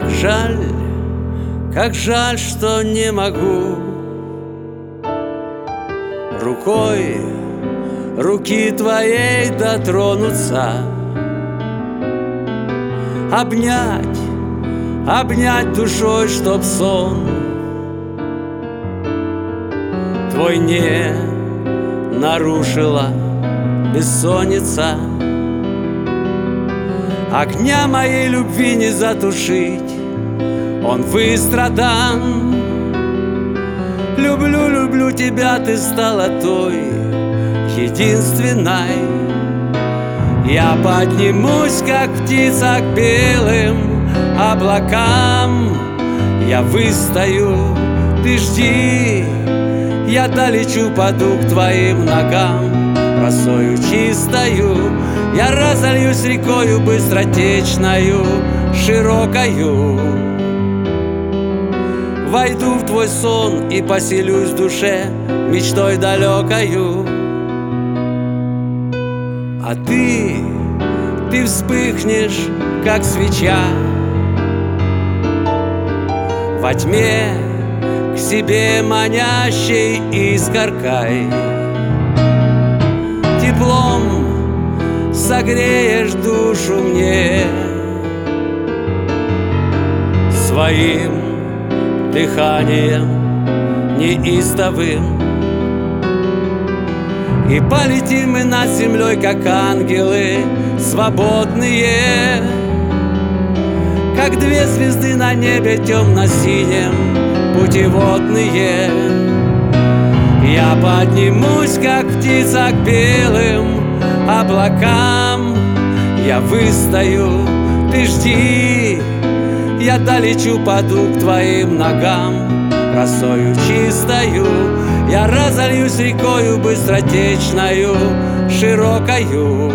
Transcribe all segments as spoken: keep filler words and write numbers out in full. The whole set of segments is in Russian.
Как жаль, как жаль, что не могу рукой руки твоей дотронуться, обнять, обнять душой, чтоб сон твой не нарушила бессонница. Огня моей любви не затушить, он выстрадан. Люблю, люблю тебя, ты стала той единственной. Я поднимусь, как птица, к белым облакам. Я выстою, ты жди, я долечу, паду к твоим ногам. Росою чистою я разольюсь рекою быстротечною, широкою. Войду в твой сон и поселюсь в душе мечтой далекою. А ты, ты вспыхнешь, как свеча, во тьме к себе манящей искоркой. Теплом согреешь душу мне своим дыханием неистовым. И полетим мы над землей, как ангелы свободные, как две звезды на небе темно-синем путеводные. Я поднимусь, как птица, к белым облакам. Я выстою, ты жди, я долечу, паду к твоим ногам. Росою чистою я разольюсь рекою быстротечною, широкою.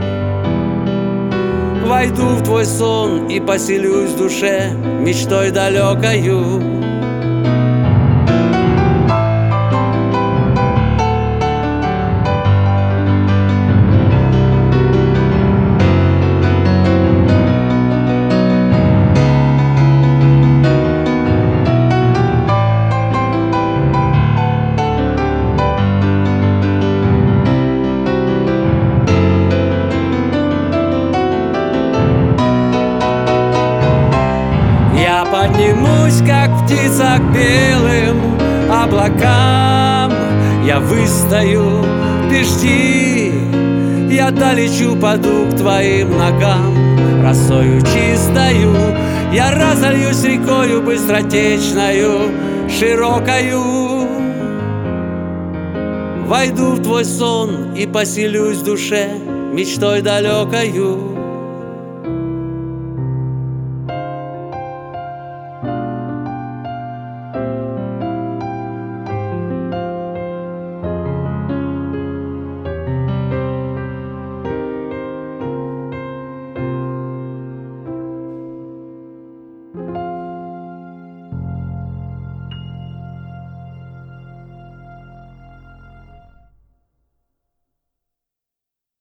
Войду в твой сон и поселюсь в душе мечтой далекою. Я поднимусь, как птица, к белым облакам. Я выстою, ты жди, я долечу, паду к твоим ногам. Росою чистою я разольюсь рекою быстротечною, широкою. Войду в твой сон и поселюсь в душе мечтой далекою.